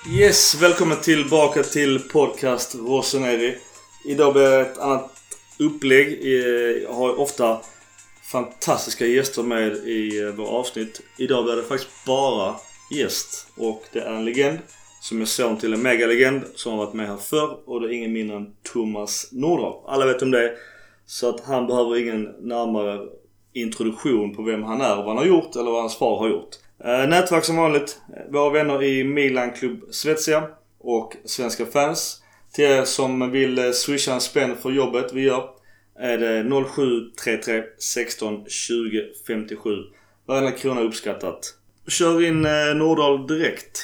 Yes, välkommen tillbaka till podcast Rossoneri. Idag blir det ett annat upplägg. Jag har ofta fantastiska gäster med i vår avsnitt. Idag blir det faktiskt bara gäst. Och det är en legend som är son till en megalegend som har varit med här förr. Och det är ingen mindre än Thomas Nordahl. Alla vet om det. Så att han behöver ingen närmare introduktion på vem han är och vad han har gjort eller vad hans far har gjort. Nätverk som vanligt. Våra vänner i Milan Club Svezia och svenska fans. Till er som vill swisha en spänn för jobbet vi gör är det 0733 16 20 57. Varenda krona uppskattat. Kör in Nordahl direkt.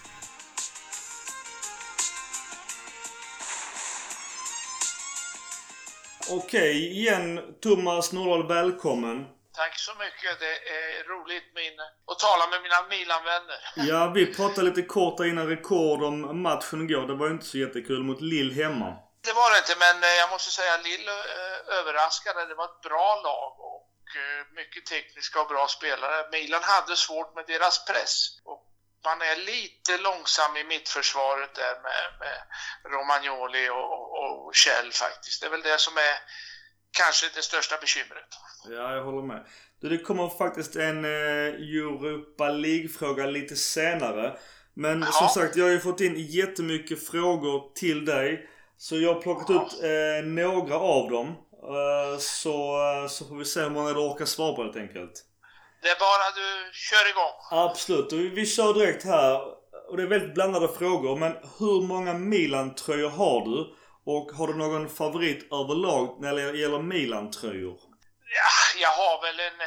Okej, igen Thomas Nordahl, välkommen. Tack så mycket, det är roligt att tala med mina Milan-vänner. Ja, vi pratade lite kort innan rekord om matchen igår. Det var ju inte så jättekul mot Lille hemma. Det var det inte, men jag måste säga att Lille överraskade. Det var ett bra lag och mycket tekniska och bra spelare. Milan hade svårt med deras press. Och man är lite långsam i mittförsvaret där med Romagnoli och Kjell faktiskt. Det är väl det som är kanske det största bekymret. Ja, jag håller med. Det kommer faktiskt en Europa League-fråga lite senare. Men som sagt, jag har ju fått in jättemycket frågor till dig. Så jag har plockat ut några av dem. Så får vi se hur många du orkar svara på helt enkelt. Det är bara du kör igång. Absolut, och vi kör direkt här. Och det är väldigt blandade frågor. Men hur många Milan-tröjor har du? Och har du någon favorit överlag när det gäller Milan-tröjor? Ja, jag har väl en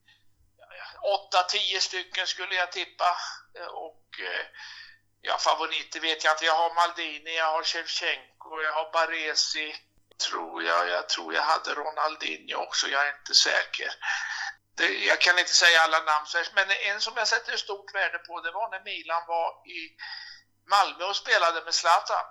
8-10 stycken skulle jag tippa. Och favoriter vet jag inte. Jag har Maldini, jag har Shevchenko, jag har Baresi. Jag tror jag hade Ronaldinho också, jag är inte säker. Jag kan inte säga alla namn. Men en som jag sätter stort värde på, det var när Milan var i Malmö och spelade med Zlatan.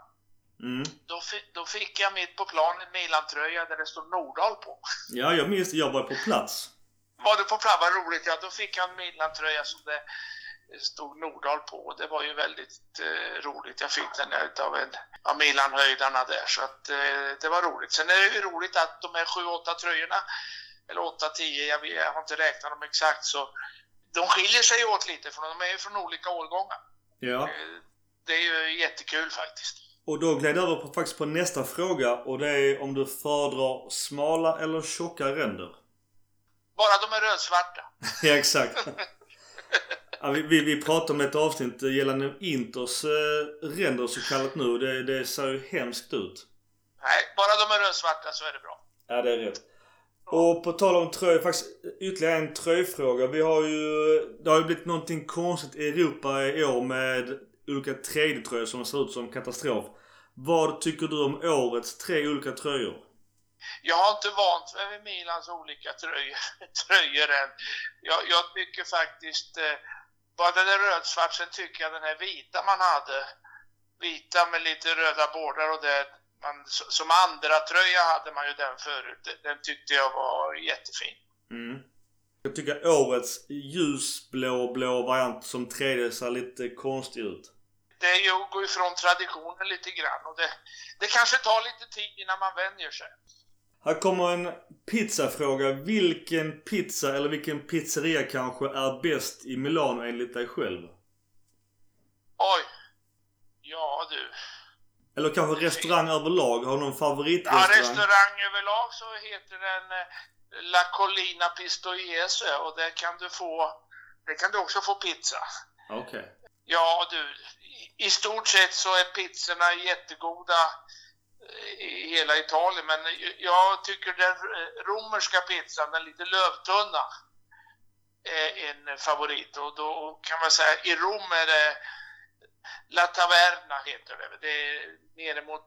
Då fick jag mitt på plan en Milan-tröja där det stod Nordahl på. Ja, jag minns det. Jag var på plats. Var du på plats? Vad roligt. Ja, då fick jag en Milan-tröja som det stod Nordahl på. Det var ju väldigt roligt. Jag fick den av en av Milan-höjdarna där. Så att det var roligt. Sen är det ju roligt att de här 7-8 tröjorna, eller 8-10, jag har inte räknat dem exakt, så de skiljer sig åt lite, för de är ju från olika årgångar. Ja. Det är ju jättekul faktiskt. Och då gled jag över faktiskt på nästa fråga, och det är om du föredrar smala eller tjocka ränder. Bara de är rödsvarta. Ja, exakt. Ja, vi pratar om ett avsnitt gällande Inters ränder så kallat nu. Det ser ju hemskt ut. Nej, bara de är rödsvarta så är det bra. Ja, det är rätt. Och på tal om tröjor, faktiskt ytterligare en tröjfråga. Det har ju blivit någonting konstigt i Europa i år med olika 3D-tröjor som ser ut som katastrof. Vad tycker du om årets 3 olika tröjor? Jag har inte vant mig vid Milans olika tröjor än. Jag tycker faktiskt, bara den är rödsvart, sen tycker jag den här vita man hade. Vita med lite röda bordar och det. Som andra tröja hade man ju den förut. Den tyckte jag var jättefin. Jag tycker årets ljusblå variant som 3D ser lite konstig ut. Det är ju att gå ifrån traditionen lite grann. Och det kanske tar lite tid innan man vänjer sig. Här kommer en pizzafråga. Vilken pizza eller vilken pizzeria kanske är bäst i Milano enligt dig själv? Oj. Ja du. Eller kanske restaurang överlag. Har du någon favoritrestaurang? Ja, restaurang överlag så heter den La Collina Pistoiese. Och där kan du också få pizza. Okej. Ja du, i stort sett så är pizzorna jättegoda i hela Italien. Men jag tycker den romerska pizzan, den lite lövtunna, är en favorit. Och då kan man säga, i Rom är det La Taverna heter det. Det är nere mot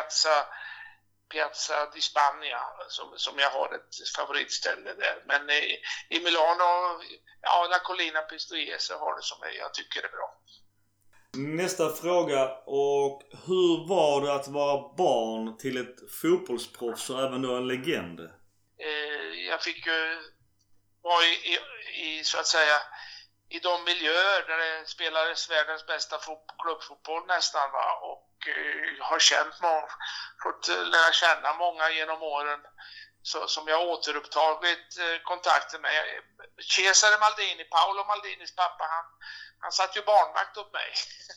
Piazza di Spagna som jag har ett favoritställe där. Men i Milano, ja, La Collina Pistoiese har det som jag tycker är bra. Nästa fråga, och hur var det att vara barn till ett fotbollsproffs och även då en legend? Jag fick ju vara i så att säga i de miljöer där det spelades världens bästa klubbfotboll nästan, va? Och har fått lära känna många genom åren som jag återupptagit kontakten med. Cesare Maldini, Paolo Maldinis pappa, han satt ju barnvakt åt mig.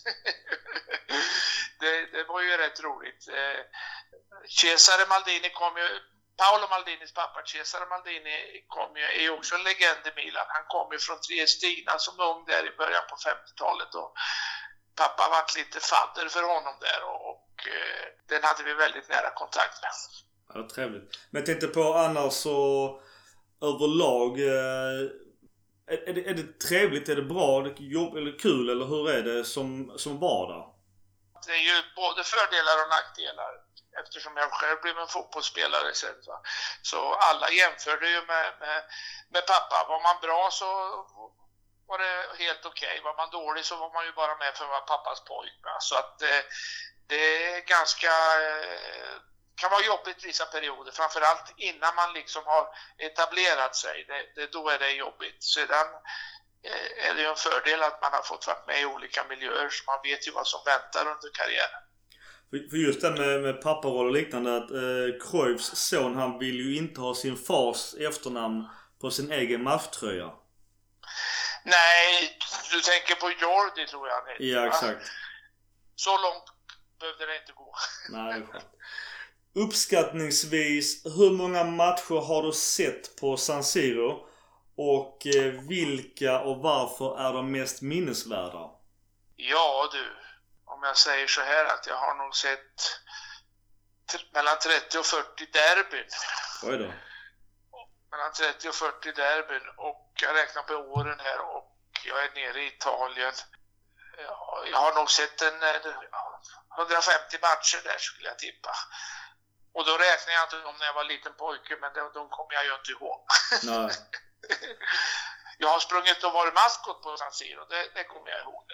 det var ju rätt roligt. Cesare Maldini Paolo Maldinis pappa, Cesare Maldini, är ju också en legend i Milan. Han kom ju från Triestina som ung där i början på 50-talet, och pappa var lite fadder för honom där, och den hade vi väldigt nära kontakt med. Ja, trevligt. Men jag tänkte på annars så överlag, är det trevligt, är det bra, är det jobb eller kul, eller hur är det som vardag? Det är ju både fördelar och nackdelar, eftersom jag själv blev en fotbollsspelare sen, va? Så alla jämförde ju med pappa. Var man bra så var det helt okej. Var man dålig så var man ju bara med för att vara pappas pojk, va? Så att det är ganska kan vara jobbigt vissa perioder, framförallt innan man liksom har etablerat sig. Då är det jobbigt. Sedan är det ju en fördel att man har fått vara med i olika miljöer, så man vet ju vad som väntar under karriären. För just det med papparoll och liknande, att Cruyffs son, han vill ju inte ha sin fars efternamn på sin egen matchtröja. Nej, du tänker på Jordi, tror jag han heter. Ja, exakt. Så långt behövde det inte gå. Nej, uppskattningsvis, hur många matcher har du sett på San Siro? Och vilka och varför är de mest minnesvärda? Ja du, om jag säger så här, att jag har nog sett mellan 30 och 40 derbyn. Oj då. Mellan 30 och 40 derbyn, och jag räknar på åren här, och jag är nere i Italien. Jag har nog sett 150 matcher där, skulle jag tippa. Och då räknar jag inte om när jag var liten pojke, men de kommer jag ju inte ihåg. Nej. Jag har sprungit och varit maskot på San Siro, det kommer jag ihåg.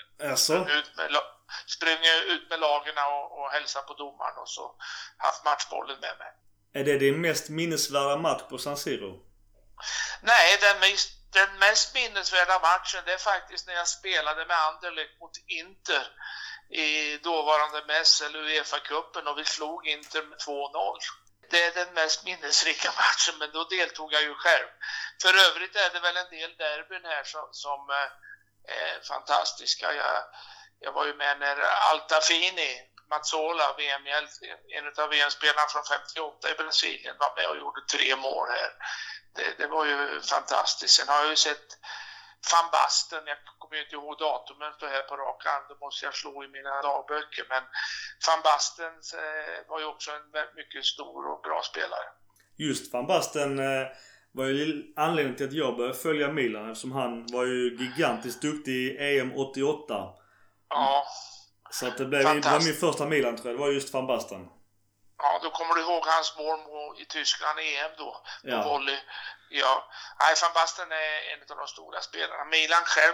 Sprungit ut med lagerna och hälsat på domaren, och så haft matchbollen med mig. Är det din mest minnesvärda match på San Siro? Nej, den mest minnesvärda matchen, det är faktiskt när jag spelade med Anderlecht mot Inter i dåvarande MES eller UEFA-cupen, och vi slog Inter med 2-0. Det är den mest minnesrika matchen, men då deltog jag ju själv. För övrigt är det väl en del derbyn här som är fantastiska. Jag var ju med när Altafini, Mazzola, en av VM-spelarna från 58 i Brasilien, var med och gjorde 3 mål här. Det var ju fantastiskt. Sen har jag ju sett Van Basten, jag kommer ju inte ihåg datumen så här på rak arm, då måste jag slå i mina dagböcker, men Van Basten var ju också en mycket stor och bra spelare. Just Van Basten var ju anledningen till att jag började följa Milan, eftersom han var ju gigantiskt duktig i EM 88. Ja. Så att det var min första Milan, tror jag. Det var just Van Basten. Ja, då kommer du ihåg hans mål i Tyskland i EM då, på volley. Ja, Van Basten är en av de stora spelarna. Milan själv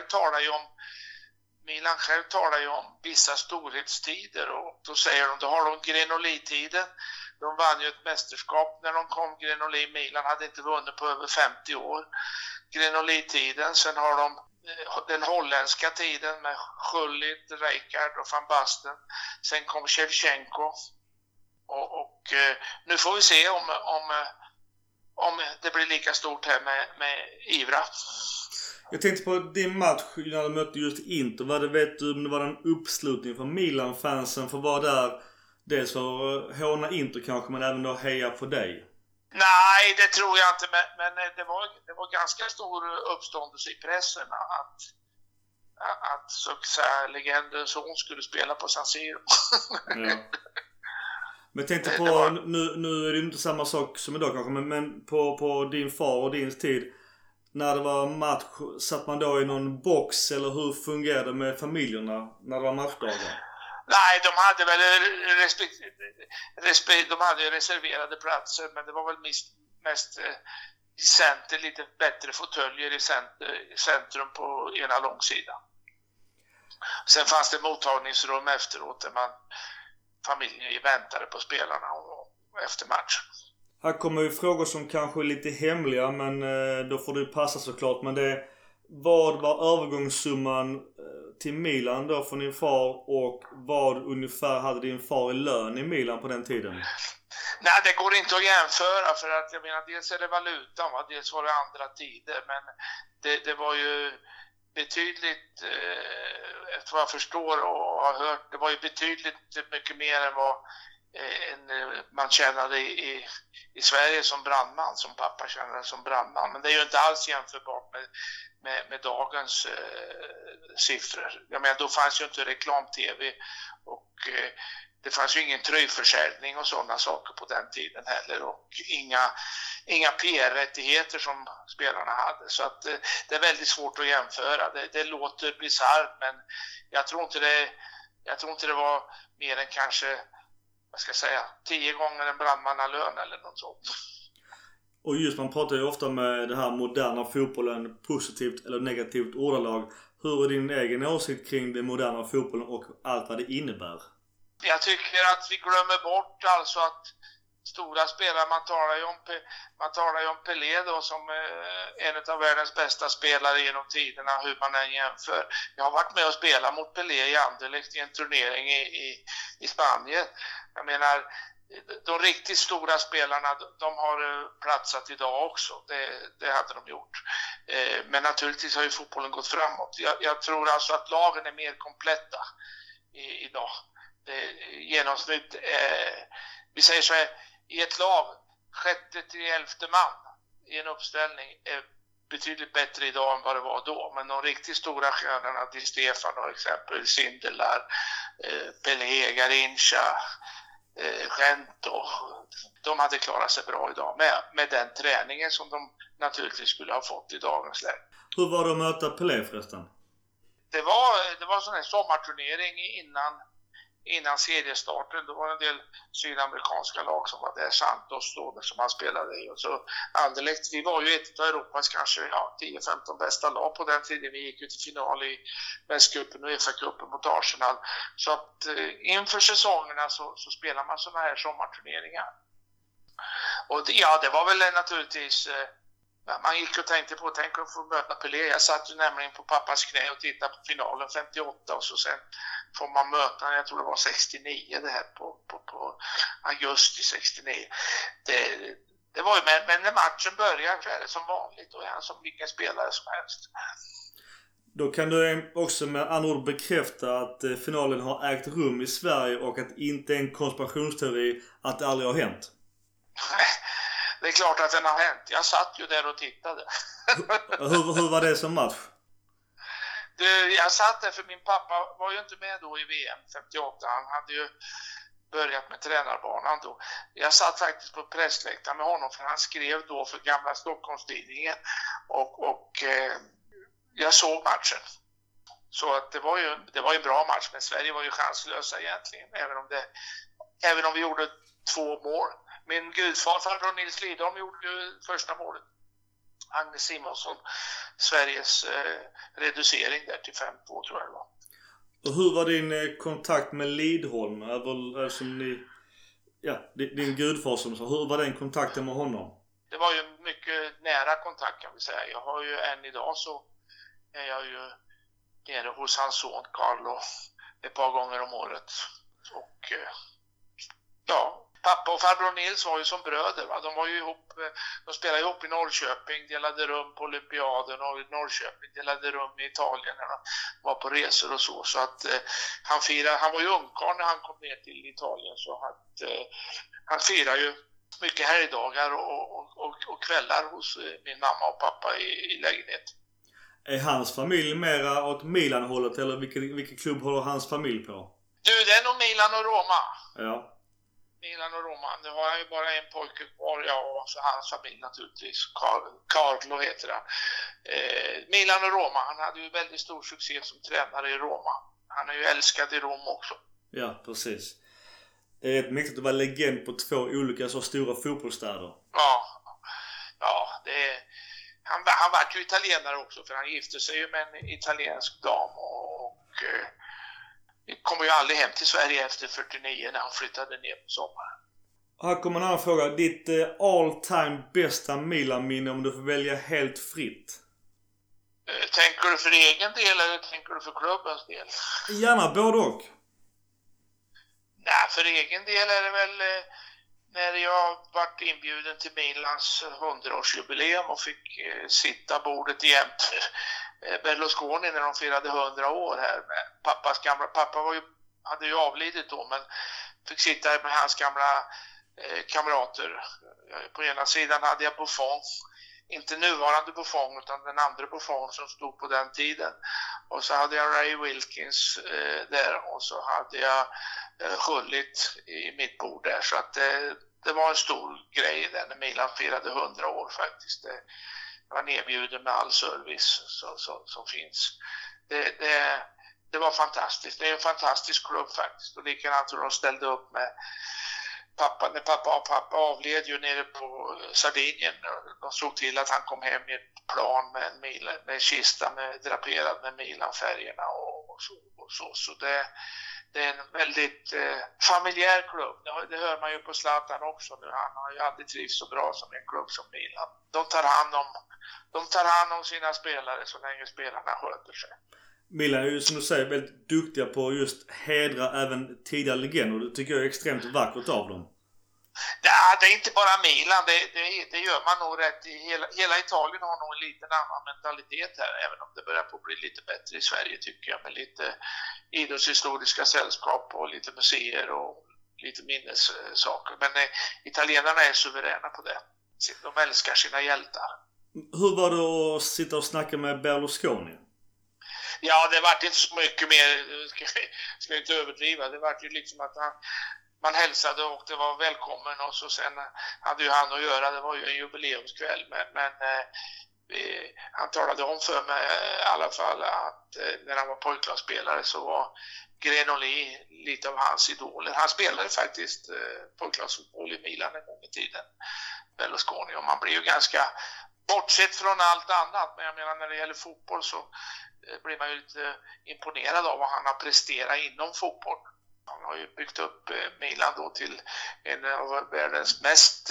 talar ju om vissa storhetstider, och då säger de, då har de Grenoli-tiden. De vann ju ett mästerskap när de kom, Grenoli. Milan hade inte vunnit på över 50 år. Grenoli-tiden, sen har de den holländska tiden med Gullit, Rijkaard och Van Basten. Sen kom Shevchenko. Och nu får vi se om det blir lika stort här med Ivra. Jag tänkte på din match när du mötte just Inter. Vet du om det var en uppslutning från Milan-fansen för att vara där? Dels för att håna Inter kanske, men även då heja på dig? Nej, det tror jag inte. Men det var ganska stor uppståndelse i pressen att så att säga, legendens son skulle spela på San Siro. Ja. Men jag tänkte på, nu är det inte samma sak som idag kanske, men på din far och din tid, när det var match, satt man då i någon box, eller hur fungerade det med familjerna när det var matchdagar? Nej, de hade väl de hade reserverade platser, men det var väl mest i center, lite bättre fåtöljer i centrum på ena långsidan. Sen fanns det mottagningsrum efteråt där familjen väntade på spelarna och efter matchen. Här kommer ju frågor som kanske är lite hemliga, men då får du passa såklart. Men det är, Vad var övergångssumman till Milan då från din far och vad ungefär hade din far i lön i Milan på den tiden? Nej, det går inte att jämföra för att jag menar dels är det valutan, va? Dels var det andra tider, men det var ju betydligt, efter vad jag förstår och har hört, det var ju betydligt mycket mer än vad man tjänade i Sverige som brandman, som pappa tjänade som brandman. Men det är ju inte alls jämförbart med dagens siffror. Jag menar, då fanns ju inte reklam-tv och det fanns ju ingen tröjförsäljning och sådana saker på den tiden heller och inga PR-rättigheter som spelarna hade. Så att det är väldigt svårt att jämföra. Det låter bisarrt, men jag tror inte det var mer än kanske, vad ska jag säga, 10 gånger en brandmannalön eller något sånt. Och just man pratar ju ofta med det här moderna fotbollen, positivt eller negativt ordalag. Hur är din egen åsikt kring den moderna fotbollen och allt vad det innebär? Jag tycker att vi glömmer bort alltså att stora spelare, man talar ju om Pelé då som en av världens bästa spelare genom tiderna, hur man än jämför. Jag har varit med och spelat mot Pelé i Anderlecht i en turnering i Spanien. Jag menar, de riktigt stora spelarna, de har platsat idag också. Det hade de gjort. Men naturligtvis har ju fotbollen gått framåt. Jag tror alltså att lagen är mer kompletta idag. Genomsnitt, vi säger så här, i ett lag, 6:e till 11:e man i en uppställning är betydligt bättre idag än vad det var då. Men de riktigt stora stjärnorna, Di Stefano exempelvis, Sindelar, Pelé, Garincha, Gento, de hade klarat sig bra idag med den träningen som de naturligtvis skulle ha fått i dagens läge. Hur var det att möta Pelé förresten? Det var en sån här sommarturnering innan seriestarten. Då var det en del sydamerikanska lag som var där, Santos då, som han spelade i. Och så Anderlecht, vi var ju ett av Europas kanske 10-15 bästa lag på den tiden. Vi gick ju till final i Västcupen och UEFA-cupen mot Arsenal. Så att inför säsongerna så spelar man såna här sommarturneringar. Och det var väl naturligtvis... Man gick och tänkte på, tänk att få möta Pelé. Jag satt ju nämligen på pappas knä och tittade på finalen 58 och så sen får man möta, jag tror det var 69 det här på augusti 69. Det var ju, men när matchen börjar så är det som vanligt och är han som vilken spelare som helst. Då kan du också med andra ord bekräfta att finalen har ägt rum i Sverige och att inte en konspirationsteori att det aldrig har hänt. Det är klart att den har hänt. Jag satt ju där och tittade. Hur var det som match? Jag satt där för min pappa var ju inte med då i VM 58. Han hade ju börjat med tränarbanan då. Jag satt faktiskt på pressläktaren med honom för han skrev då för gamla Stockholmstidningen. Och jag såg matchen. Så att det var ju en bra match, men Sverige var ju chanslösa egentligen. Även om vi gjorde 2 mål. Min gudfar farbror Nils Lidholm gjorde ju första målet. Agnes Simonsson, Sveriges reducering där till 5-2 tror jag det var. Och hur var din kontakt med Lidholm? Din gudfar som sa, hur var den kontakten med honom? Det var ju mycket nära kontakt kan vi säga. Jag har ju än idag så är jag ju nere hos hans son Carlo ett par gånger om året. Och pappa och farbror Nils var ju som bröder. Va? De var ju ihop, de spelade ihop i Norrköping, delade rum på Olympiaden och i Norrköping delade rum i Italien när de var på resor och så. Så att han var ju ungkarl när han kom ner till Italien så att han firar ju mycket helgdagar och kvällar hos min mamma och pappa i lägenhet. Är hans familj mera åt Milan-hållet eller vilken klubb håller hans familj på? Du, det är nog Milan och Roma. Ja. Milan och Roma. Nu har han ju bara en pojke kvar, och så hans familj naturligtvis. Carlo heter han. Milan och Roma. Han hade ju väldigt stor succé som tränare i Roma. Han är ju älskad i Rom också. Ja, precis. Det är rätt mäktigt att vara legend på 2 olika så stora fotbollsstäder. Ja, han var ju italienare också för han gifte sig ju med en italiensk dam och kom ju aldrig hem till Sverige efter 49 när han flyttade ner på sommaren. Här kommer en annan fråga. Ditt all time bästa Milan-minne om du får välja helt fritt? Tänker du för egen del eller tänker du för klubbens del? Gärna både och. Nej, för egen del är det väl när jag varit inbjuden till Milans 100-årsjubileum och fick sitta bordet jämte Berlusconi när de firade 100 år här med pappas gamla. Pappa hade ju avlidit då, men fick sitta med hans gamla kamrater. På ena sidan hade jag Buffon, inte nuvarande Buffon utan den andra Buffon som stod på den tiden. Och så hade jag Ray Wilkins där och så hade jag Schullit i mitt bord där. Så att det var en stor grej där när Milan firade 100 år faktiskt. Det var nedbjuden med all service som finns. Det var fantastiskt. Det är en fantastisk klubb faktiskt. Och likadant hur de ställde upp med pappa, när pappa avled ju nere på Sardinien. De såg till att han kom hem i ett plan med en kista draperad med Milan-färgerna och så. Så det är en väldigt familjär klubb. Det hör man ju på Zlatan också nu. Han har ju aldrig trivts så bra som en klubb som Milan. De tar hand om sina spelare så länge spelarna sköter sig. Milan är ju som du säger väldigt duktiga på just hedra även tidigare legender. Det tycker jag är extremt vackert av dem. Ja, det är inte bara Milan. Det gör man nog rätt i. Hela Italien har nog en liten annan mentalitet här. Även om det börjar på att bli lite bättre i Sverige tycker jag. Med lite idrottshistoriska sällskap och lite museer och lite minnessaker. Men italienarna är suveräna på det. De älskar sina hjältar. Hur var det att sitta och snacka med Berlusconi? Ja, det var inte så mycket mer, ska inte överdriva. Det var ju liksom att man hälsade och det var välkommen och så sen hade ju han att göra, det var ju en jubileumskväll. Men han talade om för mig i alla fall att när han var pojklagsspelare så var Grenoli lite av hans idoler. Han spelade faktiskt pojklagsfotboll i Milan en gång i tiden, Berlusconi, och man blir ju ganska, bortsett från allt annat, men jag menar när det gäller fotboll så blir man ju lite imponerad av vad han har presterat inom fotboll. Han har ju byggt upp Milan då till en av världens mest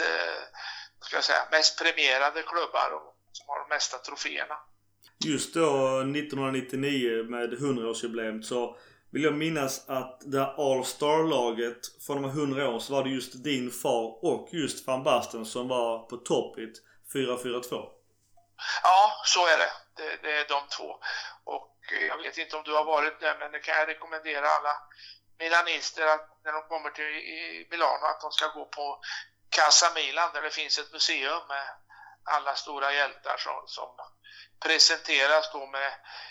premierade klubbar och som har de mesta troféerna. Just då 1999 med 100-årsjubileum så vill jag minnas att det All-Star-laget för de 100 år så var det just din far och just Van Basten som var på topp i ett 4-4-2. Ja, så är det. Det är de två. Och jag vet inte om du har varit där, men det kan jag rekommendera alla milanister att när de kommer till Milano att de ska gå på Casa Milan där det finns ett museum med alla stora hjältar som presenteras då med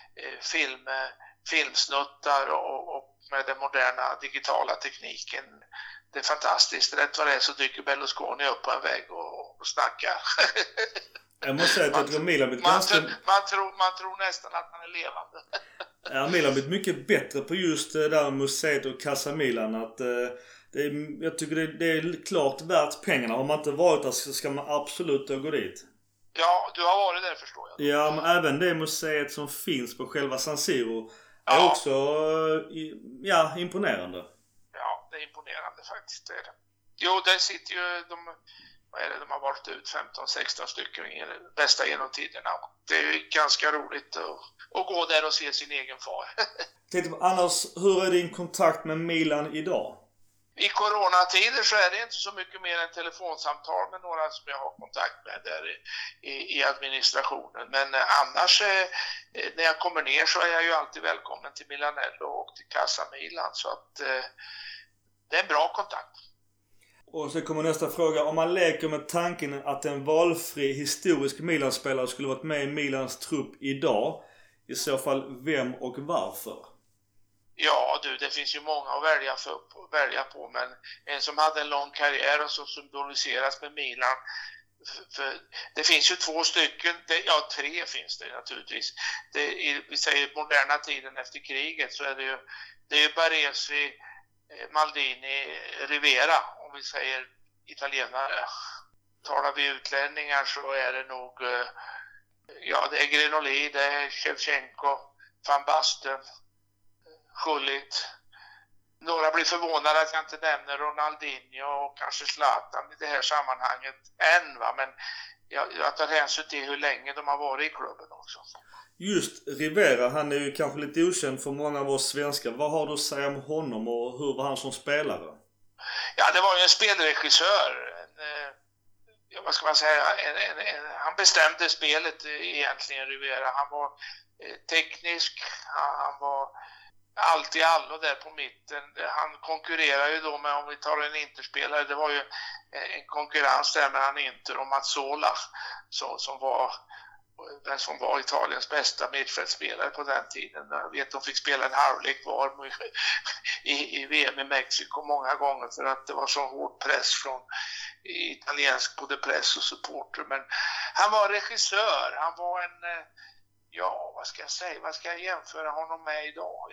filmsnuttar och med den moderna digitala tekniken. Det är fantastiskt. Rätt vad det är så dyker Berlusconi upp på en vägg och snackar. Jag måste säga att jag tror Milan blivit ganska... Man tror nästan att han är levande. Ja, Milan blivit mycket bättre på just det där museet och Casa Milan. Att, jag tycker det är klart värt pengarna. Har man inte varit där så ska man absolut gå dit. Ja, du har varit där förstår jag. Ja, men även det museet som finns på själva San Siro är också imponerande. Ja, det är imponerande faktiskt. Det är det. Jo, där sitter ju de har varit ut 15-16 stycken i det bästa genom tiderna. Det är ju ganska roligt att gå där och se sin egen far. Annars, hur är din kontakt med Milan idag? I coronatider så är det inte så mycket mer än telefonsamtal med några som jag har kontakt med där i administrationen. Men annars när jag kommer ner så är jag ju alltid välkommen till Milanello och till Casa Milan. Så att det är en bra kontakt. Och så kommer nästa fråga. Om man leker med tanken att en valfri historisk Milan-spelare skulle varit med i Milans trupp idag. I så fall vem och varför? Ja du, det finns ju många att välja på. Men en som hade en lång karriär och som symboliseras med Milan. För det finns ju 2 stycken, 3 finns det naturligtvis. Vi säger moderna tiden efter kriget så är det är ju Baresi, Maldini, Rivera om vi säger italienare. Talar vi utlänningar så är det nog det är Grenoli, det är Shevchenko, Van Basten, Schullit, några blir förvånade att jag inte nämner Ronaldinho och kanske Zlatan i det här sammanhanget än, va? Men jag tar hänsyn till hur länge de har varit i klubben också. Just Rivera, han är ju kanske lite okänd för många av oss svenskar. Vad har du att säga om honom och hur var han som spelare? Ja, det var ju en spelregissör. Vad ska man säga? Han bestämde spelet egentligen, Rivera. Han var teknisk, han var allt i allo där på mitten. Han konkurrerar ju då med, om vi tar en Interspelare, det var ju en konkurrens där mellan Inter och Mazzola som var Italiens bästa mittfältspelare på den tiden. Jag vet att de fick spela en halvlek var i VM i Mexiko många gånger för att det var så hård press från italiensk både press och supporter. Men han var regissör, han var en, vad ska jag säga, vad ska jag jämföra honom med idag?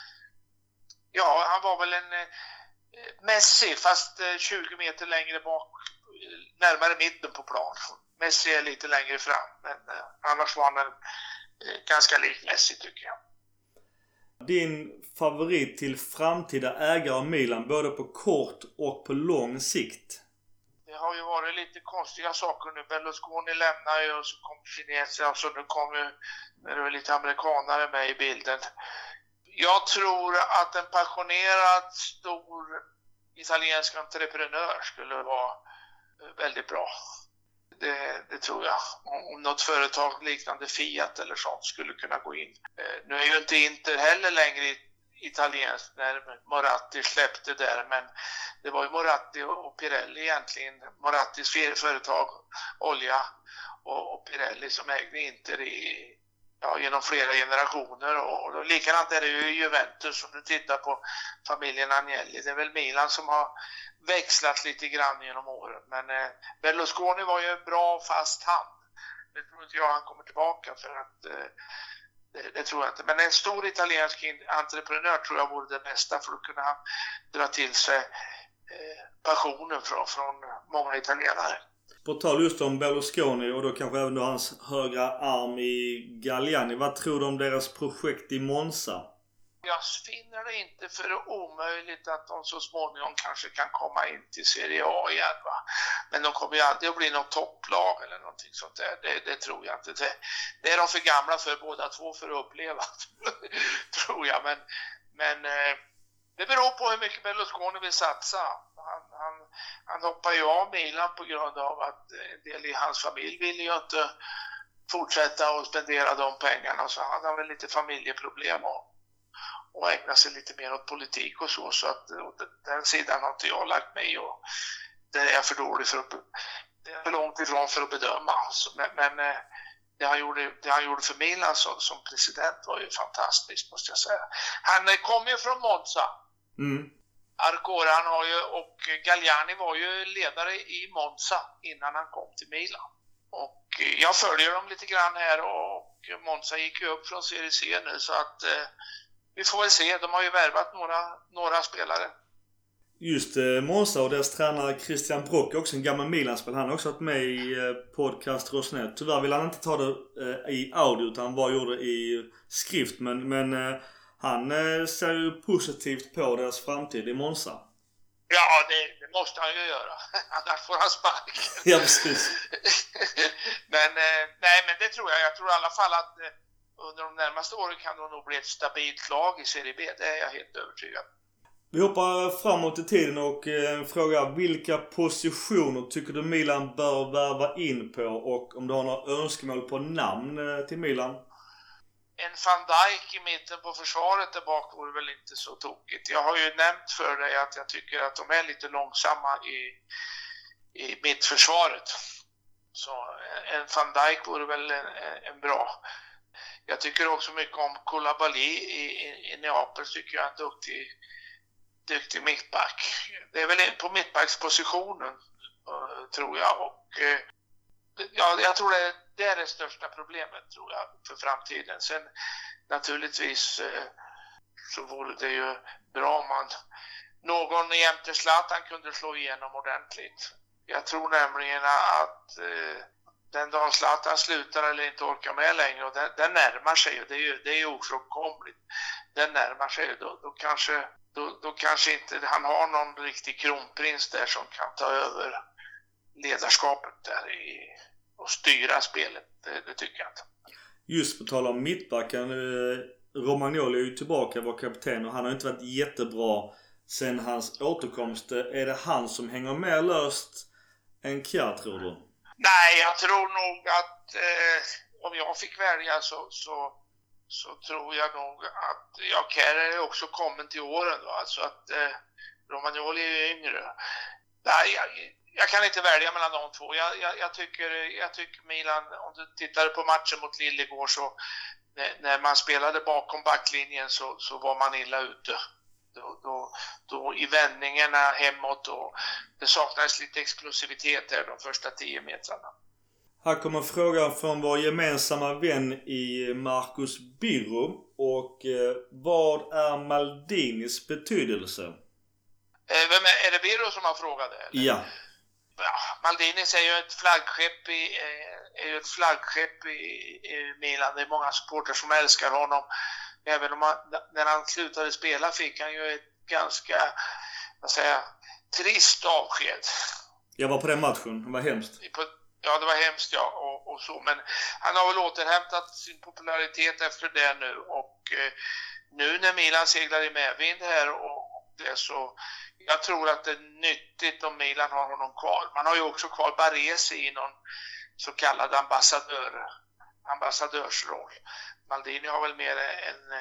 Han var väl en Messi fast 20 meter längre bak, närmare mitten på plan. Messi är lite längre fram, men annars var han ganska lik Messi, tycker jag. Din favorit till framtida ägare av Milan, både på kort och på lång sikt? Det har ju varit lite konstiga saker nu. Berlusconi lämnar ju och så kom kineser och så nu kommer det lite amerikanare med i bilden. Jag tror att en passionerad, stor italiensk entreprenör skulle vara väldigt bra. Det tror jag. Om något företag liknande Fiat eller sånt skulle kunna gå in. Nu är ju inte Inter heller längre italienskt när Moratti släppte där, men det var ju Moratti och Pirelli egentligen. Morattis företag, olja och Pirelli som ägde Inter genom flera generationer. Och likadant är det ju i Juventus, om du tittar på familjen Agnelli. Det är väl Milan som har växlat lite grann genom åren. Men Berlusconi var ju en bra fast hand. Det tror inte jag han kommer tillbaka för att det tror jag inte. Men en stor italiensk entreprenör tror jag vore det bästa för att kunna dra till sig passionen från många italienare. På tal just om Berlusconi och då kanske även då hans högra arm i Galliani. Vad tror du om deras projekt i Monza? Jag finner det inte för omöjligt att de så småningom kanske kan komma in till Serie A igen, va? Men de kommer ju aldrig att bli något topplag eller någonting sånt där. Det tror jag inte. Det är de för gamla för båda två för att uppleva, tror jag. Men det beror på hur mycket Berlusconi vill satsa. Han hoppar ju av Milan på grund av att en del i hans familj vill ju inte fortsätta och spendera de pengarna. Så han har väl lite familjeproblem och ägna sig lite mer åt politik och så att den sidan har inte jag lagt mig och det är jag för dålig det är för långt ifrån för att bedöma. Men det han gjorde för Milan som president var ju fantastiskt, måste jag säga. Han kom ju från Monza. Arcora och Galliani var ju ledare i Monza innan han kom till Milan. Och jag följer dem lite grann här och Monza gick ju upp från Serie C nu så att vi får väl se. De har ju värvat några spelare. Just Monza och deras tränare Christian Brock, också en gammal Milan-spel. Han har också varit med i podcast Rosenero. Tyvärr vill han inte ta det i audio utan han bara gjorde det i skrift. Men han ser ju positivt på deras framtid i Monza. Ja, det måste han ju göra. Annars får han spark. Ja, precis. Men det tror jag. Jag tror i alla fall att under de närmaste åren kan det nog bli ett stabilt lag i Serie B. Det är jag helt övertygad. Vi hoppar framåt i tiden och frågar vilka positioner tycker du Milan bör värva in på och om du har några önskemål på namn till Milan? En Van Dijk i mitten på försvaret där bak vore väl inte så tokigt. Jag har ju nämnt för dig att jag tycker att de är lite långsamma i mittförsvaret. Så en Van Dijk vore väl en bra. Jag tycker också mycket om Koulibaly i Neapel, tycker jag är en duktig mittback. Det är väl på mittbackspositionen tror jag. Och jag tror det är det största problemet, tror jag, för framtiden. Sen naturligtvis så vore det ju bra om någon jämte Zlatan kunde slå igenom ordentligt. Jag tror nämligen att den dagen Zlatan slutar eller inte orkar med längre, och den närmar sig, och det är ju ofrånkomligt. Den närmar sig, då då kanske inte han har någon riktig kronprins där som kan ta över ledarskapet där och styra spelet. Det tycker jag inte. Just på tal om mittbacken, Romagnoli är ju tillbaka, var kapten, och han har inte varit jättebra sen hans återkomst. Är det han som hänger mer löst än Kjær, tror du? Nej, jag tror nog att om jag fick välja så tror jag nog att Kjær är också kommen till åren då. Alltså att Romagnoli är yngre. Nej, jag kan inte välja mellan de två. Jag tycker Milan, om du tittar på matchen mot Lille igår, så när man spelade bakom backlinjen så var man illa ute. Då i vändningarna hemåt, och det saknades lite explosivitet där de första 10 metrarna. Här kommer frågan från vår gemensamma vän i Marcus Birro. Och vad är Maldinis betydelse? Är det Birro som har frågat det? Eller? Ja. Maldinis är ju ett flaggskepp i Milan. Det är många supporter som älskar honom. Även om när han slutade spela fick han ju ett ganska, trist avsked. Jag var på den matchen, det var hemskt. Ja, det var hemskt, ja, och så. Men han har väl återhämtat sin popularitet efter det nu. Och nu när Milan seglar i medvind här och det, så jag tror att det är nyttigt om Milan har honom kvar. Man har ju också kvar Baresi i någon så kallad ambassadörsroll. Maldini har väl mer en,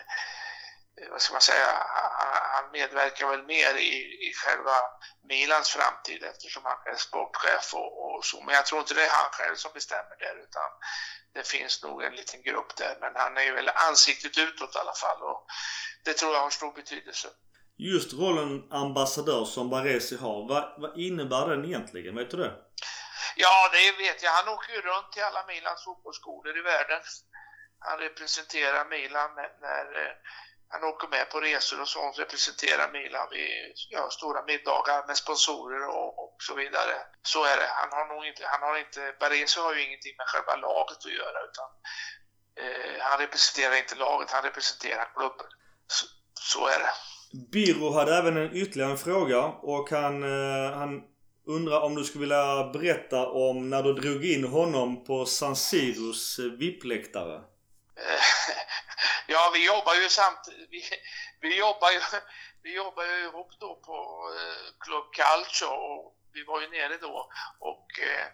han medverkar väl mer i själva Milans framtid eftersom han är sportchef och så. Men jag tror inte det är han själv som bestämmer där, utan det finns nog en liten grupp där. Men han är ju väl ansiktet utåt i alla fall, och det tror jag har stor betydelse. Just rollen ambassadör som Baresi har, vad innebär den egentligen? Vet du det? Ja, det vet jag. Han åker ju runt till alla Milans fotbollsskolor i världen. Han representerar Milan när han åker med på resor och sånt, representerar Milan vid stora middagar med sponsorer och så vidare. Så är det. Baresi har ju ingenting med själva laget att göra, utan han representerar inte laget, han representerar klubben. Så är det. Birro hade även en ytterligare fråga, och han undrar om du skulle vilja berätta om när du drog in honom på San Siros VIP-läktare. Ja, vi jobbar ju ihop då på Club Calcio, och vi var ju nere då, och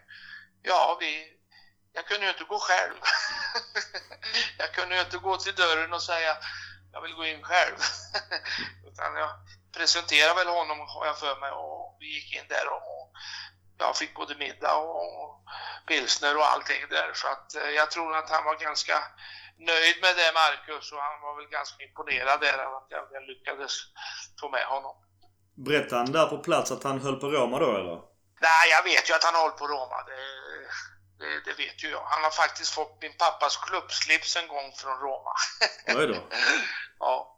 jag kunde ju inte gå själv. Jag kunde ju inte gå till dörren och säga jag vill gå in själv. Utan jag presenterade väl honom, har jag för mig, och vi gick in där och jag fick både middag och pilsner och allting där. Så att jag tror att han var ganska nöjd med det, Marcus, och han var väl ganska imponerad där av att jag lyckades få med honom. Berättade han där på plats att han höll på Roma då, eller? Nej, jag vet ju att han höll på Roma. Det vet ju jag. Han har faktiskt fått min pappas klubbslips en gång från Roma. Oj då. Ja.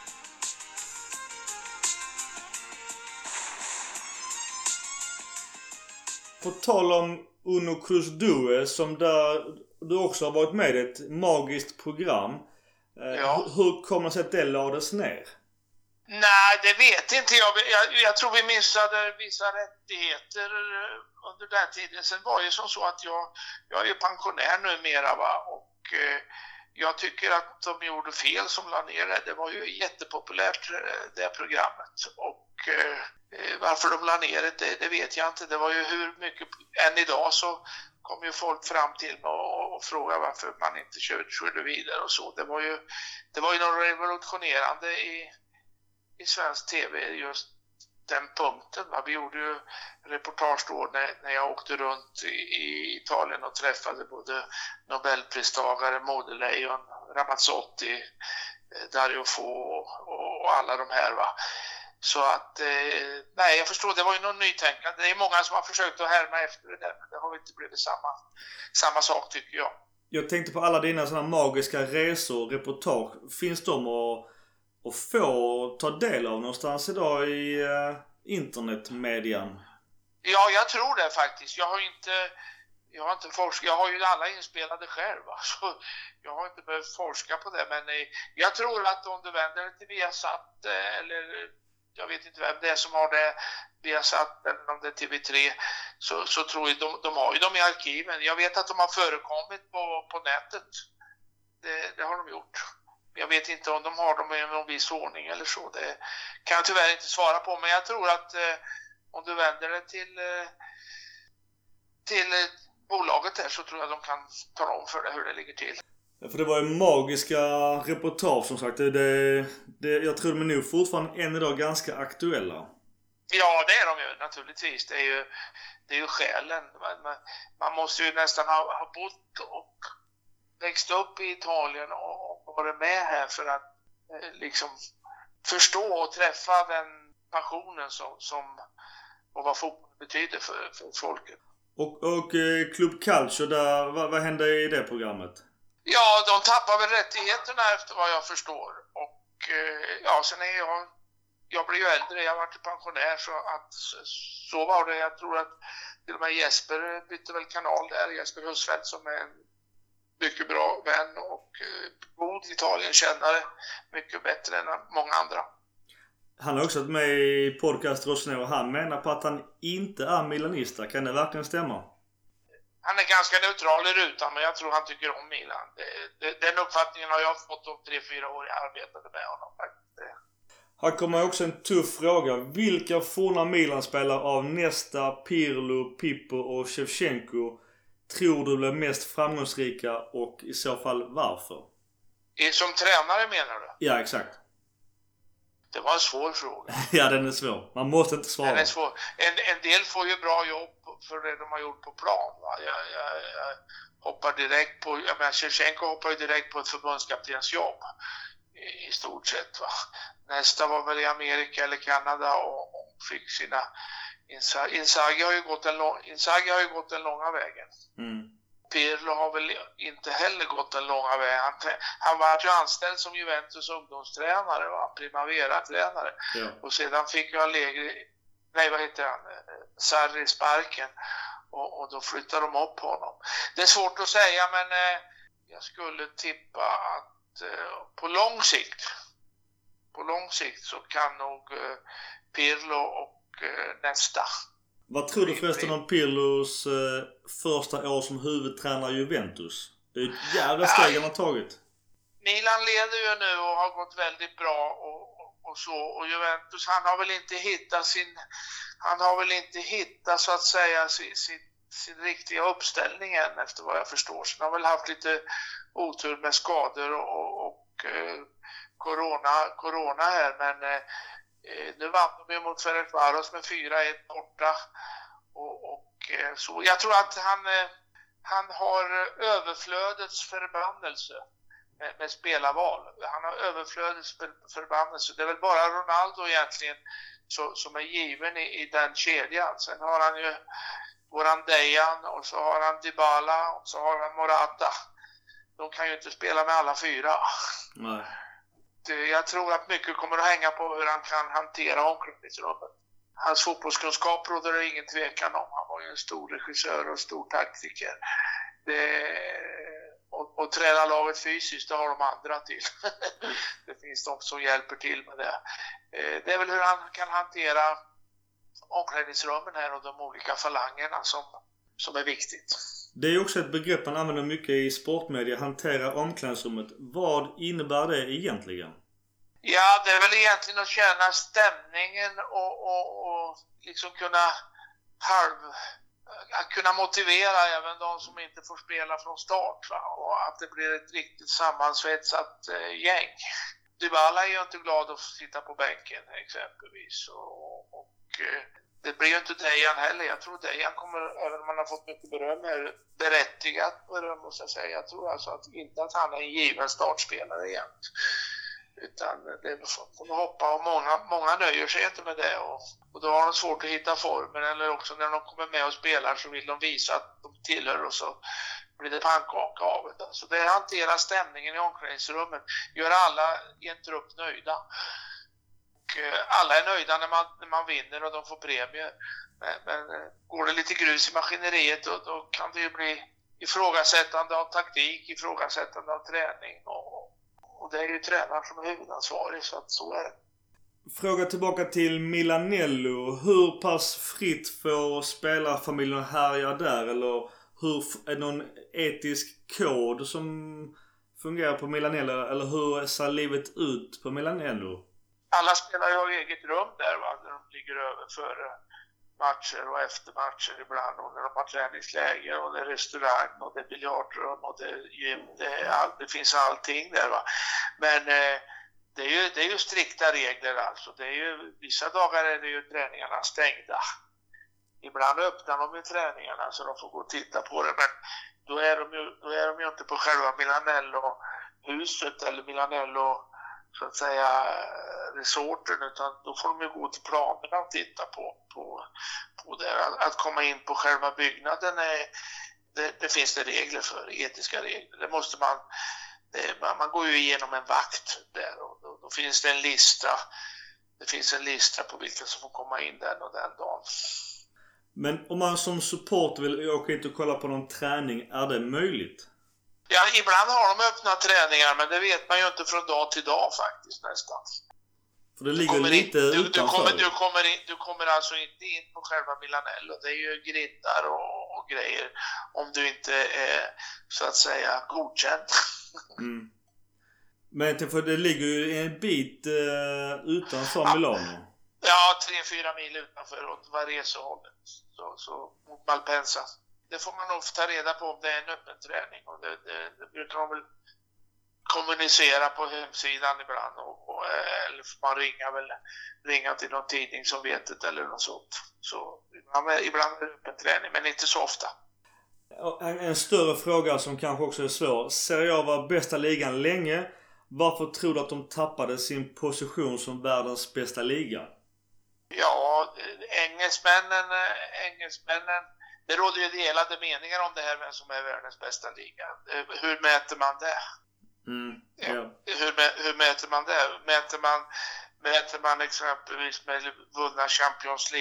På tal om Uno Cruz Due, som där du också har varit med i ett magiskt program. Ja. Hur kommer det sig att det lades ner? Nej, det vet inte jag. Jag tror vi missade vissa rättigheter under den tiden. Sen var det som så att jag är pensionär numera, va? Och jag tycker att de gjorde fel som la ner det. Det var ju jättepopulärt, det programmet. Och varför de la ner det vet jag inte. Det var ju hur mycket, än idag så kom ju folk fram till mig och frågade varför man inte körde vidare och så. Det var ju något revolutionerande i svensk tv, just den punkten. Vi gjorde ju reportage då när jag åkte runt i Italien och träffade både Nobelpristagare, Modelejon, Ramazzotti, Dario Fo och alla de här, va. Så att, nej, jag förstår, det var ju någon nytänkande. Det är många som har försökt att härma efter det där, men det har inte blivit samma sak, tycker jag. Jag tänkte på alla dina sådana magiska resor, reportage. Finns de att få ta del av någonstans idag i internetmedian? Ja, jag tror det faktiskt. Jag har inte forskat. Jag har ju alla inspelade själv. Så jag har inte behövt forska på det. Men jag tror att om du vänder dig till Viasat eller jag vet inte vem det är som har det, vi har satt eller om det är TV3, så tror jag de har ju dem i arkiven. Jag vet att de har förekommit på nätet. Det har de gjort. Jag vet inte om de har dem i någon viss ordning eller så. Det kan jag tyvärr inte svara på, men jag tror att om du vänder dig till bolaget här, så tror jag de kan tala om för dig hur det ligger till. Ja, för det var ju magiska reportage som sagt. Jag tror de är nog fortfarande än idag ganska aktuella. Ja, det är de ju naturligtvis. Det är ju skälen. Man måste ju nästan ha bott och växt upp i Italien och varit med här för att liksom förstå och träffa den passionen som och vad fotboll betyder för folket. Och Club Calcio, vad hände i det programmet? Ja, de tappar väl rättigheterna efter vad jag förstår. Och ja, sen är jag blir ju äldre, jag har varit pensionär, så var det. Jag tror att till och med Jesper bytte väl kanal där, Jesper Husfeldt, som är en mycket bra vän och god Italien-kännare, mycket bättre än många andra. Han har också varit med i podcast Rossonero och han menar på att han inte är milanista. Kan det verkligen stämma? Han är ganska neutral i rutan, men jag tror han tycker om Milan. Den uppfattningen har jag fått om 3-4 år jag arbetade med honom. Här kommer också en tuff fråga. Vilka forna Milan-spelare av Nesta, Pirlo, Pippo och Shevchenko tror du blir mest framgångsrika och i så fall varför? Som tränare menar du? Ja, exakt. Det var en svår fråga. Ja, den är svår. Man måste inte svara. Den är svår. En del får ju bra jobb för det de har gjort på plan. Va? Jag hoppar direkt på... Jag menar, Shevchenko hoppar ju direkt på ett förbundskaptens jobb. I stort sett. Va? Nästa var väl i Amerika eller Kanada och fick sina... Inzaghi har ju gått den långa vägen. Pirlo har väl inte heller gått den långa vägen. Han var ju anställd som Juventus ungdomstränare, va? Primavera-tränare. Ja. Och sedan fick jag Sarri sparken. Och då flyttade de upp honom. Det är svårt att säga, men jag skulle tippa att på lång sikt så kan nog Pirlo och Nesta. Vad tror du förresten om Pirlos första år som huvudtränare i Juventus? Det är ett jävla steg han har tagit. Milan leder ju nu och har gått väldigt bra och så. Och Juventus, han har väl inte hittat så att säga sin riktiga uppställning än, efter vad jag förstår. Så han har väl haft lite otur med skador och corona här, men nu vann de ju mot Ferencvaros med 4-1 borta och så. Jag tror att han har överflödets förbannelse med spelarval. Han har överflödets förbannelse. Det är väl bara Ronaldo egentligen som är given i den kedjan. Sen har han ju Goran Dejan och så har han Dybala och så har han Morata. De kan ju inte spela med alla fyra. Nej. Jag tror att mycket kommer att hänga på hur han kan hantera omklädningsrummet. Hans fotbollskunskap råder det ingen tvekan om. Han var ju en stor regissör och stor taktiker. Och träna laget fysiskt, det har de andra till. Det finns de som hjälper till med det. Det är väl hur han kan hantera omklädningsrummen här och de olika falangerna som är viktigt. Det är också ett begrepp man använder mycket i sportmedia, hantera omklädningsrummet. Vad innebär det egentligen? Ja, det är väl egentligen att känna stämningen och liksom kunna motivera även de som inte får spela från start, va? Och att det blir ett riktigt sammansvetsat gäng. Dybala är ju inte glad att sitta på bänken exempelvis och det blir ju inte Dejan heller. Jag tror Dejan kommer, även om man har fått mycket beröm här, berättigat beröm måste jag säga. Jag tror alltså inte att han är en given startspelare igen. Utan det kommer hoppa och många nöjer sig inte med det och då har de svårt att hitta formen, eller också när de kommer med och spelar så vill de visa att de tillhör och så blir det pannkaka av det. Så det hanterar stämningen i omklädningsrummet, gör alla i en trupp nöjda. Och alla är nöjda när man vinner och de får premie. Men går det lite grus i maskineriet då kan det ju bli ifrågasättande av taktik, ifrågasättande av träning och det är ju tränaren som är huvudansvarig, så att så är det. Fråga tillbaka till Milanello. Hur pass fritt får spelarfamiljen härja där? Eller är det någon etisk kod som fungerar på Milanello? Eller hur ser livet ut på Milanello? Alla spelare har eget rum där, va? Där de ligger över före matcher och efter matcher ibland. Och när de har träningsläger och det är restaurang och det är biljardrum och det är gym. Det finns allting där, va? Men det är ju strikta regler alltså. Vissa dagar är det ju träningarna stängda. Ibland öppnar de ju träningarna så de får gå och titta på det. Men då är de ju inte på själva Milanello-huset eller Milanello, så att säga, resorten, utan då får de ju gå till planerna och titta på det. Att komma in på själva byggnaden det finns det regler för, etiska regler. Det måste man går ju igenom en vakt där och då finns det en lista. Det finns en lista på vilka som får komma in den och den dagen. Men om man som support vill åka hit och kolla på någon träning, är det möjligt? Ja, ibland har de öppna träningar, men det vet man ju inte från dag till dag faktiskt nästan. För det ligger lite utanför. Du kommer alltså inte in på själva Milanello. Det är ju grindar och grejer om du inte är, så att säga, godkänd. Mm. Men för det ligger ju en bit utanför Milano. Ja, 3-4 mil utanför åt Varese-hållet. Så mot Malpensa. Det får man nog ta reda på om det är en öppen träning. Och det brukar de väl kommunicera på hemsidan ibland. Eller får man ringa till någon tidning som vet det eller något sånt. Så ibland är det öppen träning, men inte så ofta. En större fråga som kanske också är svår. Serie A var bästa ligan länge. Varför tror du att de tappade sin position som världens bästa liga? Ja, engelsmännen, det råder ju delade meningar om det här, vem som är världens bästa liga. Hur mäter man det? Hur mäter man det? Mäter man exempelvis med vunna Champions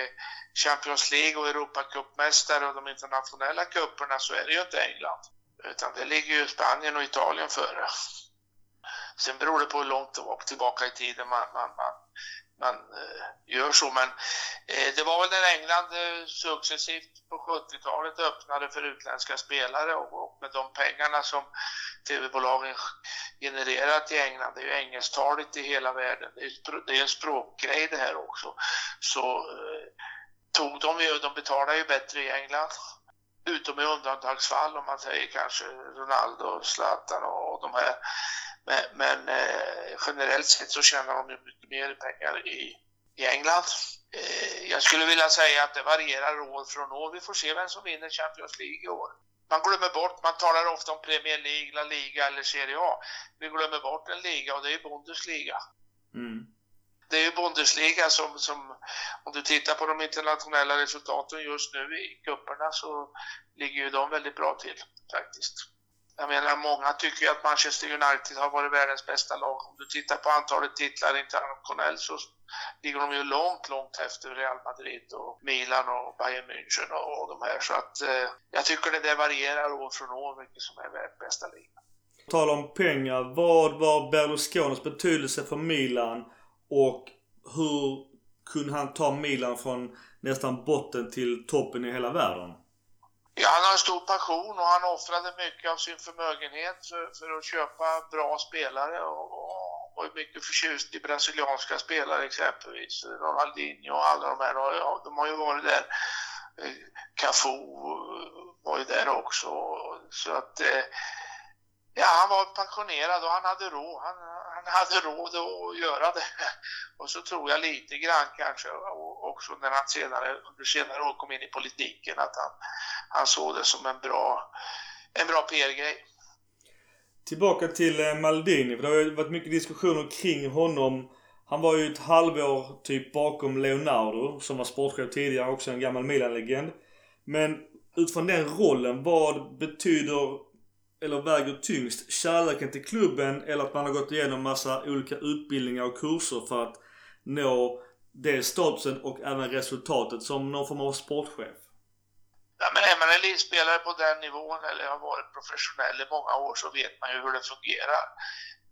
League och Europacupmästare och de internationella cuperna, så är det ju inte England. Utan det ligger ju Spanien och Italien före. Sen beror det på hur långt tillbaka i tiden man gör så, men det var väl när England successivt på 70-talet öppnade för utländska spelare och med de pengarna som tv-bolagen genererat i England, det är ju engelsktaligt i hela världen, det är en språkgrej det här också, så de betalar ju bättre i England, utom i undantagsfall om man säger kanske Ronaldo, Zlatan och de här. Men generellt sett så tjänar de ju mycket mer pengar i England. Jag skulle vilja säga att det varierar år från år. Vi får se vem som vinner Champions League i år. Man glömmer bort, man talar ofta om Premier League, La Liga eller Serie A. Vi glömmer bort en liga och det är Bundesliga. Det är ju Bundesliga som om du tittar på de internationella resultaten just nu i cuperna, så ligger ju de väldigt bra till faktiskt. Jag menar, många tycker att Manchester United har varit världens bästa lag. Om du tittar på antalet titlar internationellt så ligger de ju långt efter Real Madrid och Milan och Bayern München och de här. Så att jag tycker det varierar år från år vilket som är världens bästa liga. Tala om pengar. Vad var Berlusconis betydelse för Milan och hur kunde han ta Milan från nästan botten till toppen i hela världen? Ja, han har en stor passion och han offrade mycket av sin förmögenhet för att köpa bra spelare och är mycket förtjust i brasilianska spelare exempelvis. Ronaldinho och alla de här. De har ju varit där. Cafu var ju där också. Så att ja, han var passionerad och han hade råd. Han hade råd att göra det. Och så tror jag lite grann kanske också när han under senare år kom in i politiken att han såg det som en bra PR-grej. Tillbaka till Maldini, för det har ju varit mycket diskussioner kring honom. Han var ju ett halvår typ bakom Leonardo som var sportchef tidigare, också en gammal Milan-legend. Men utifrån den rollen, vad betyder eller väger tyngst, kärleken till klubben eller att man har gått igenom massa olika utbildningar och kurser för att nå det statusen och även resultatet som någon form av sportchef? Ja, men är man elitspelare på den nivån eller har varit professionell i många år så vet man ju hur det fungerar.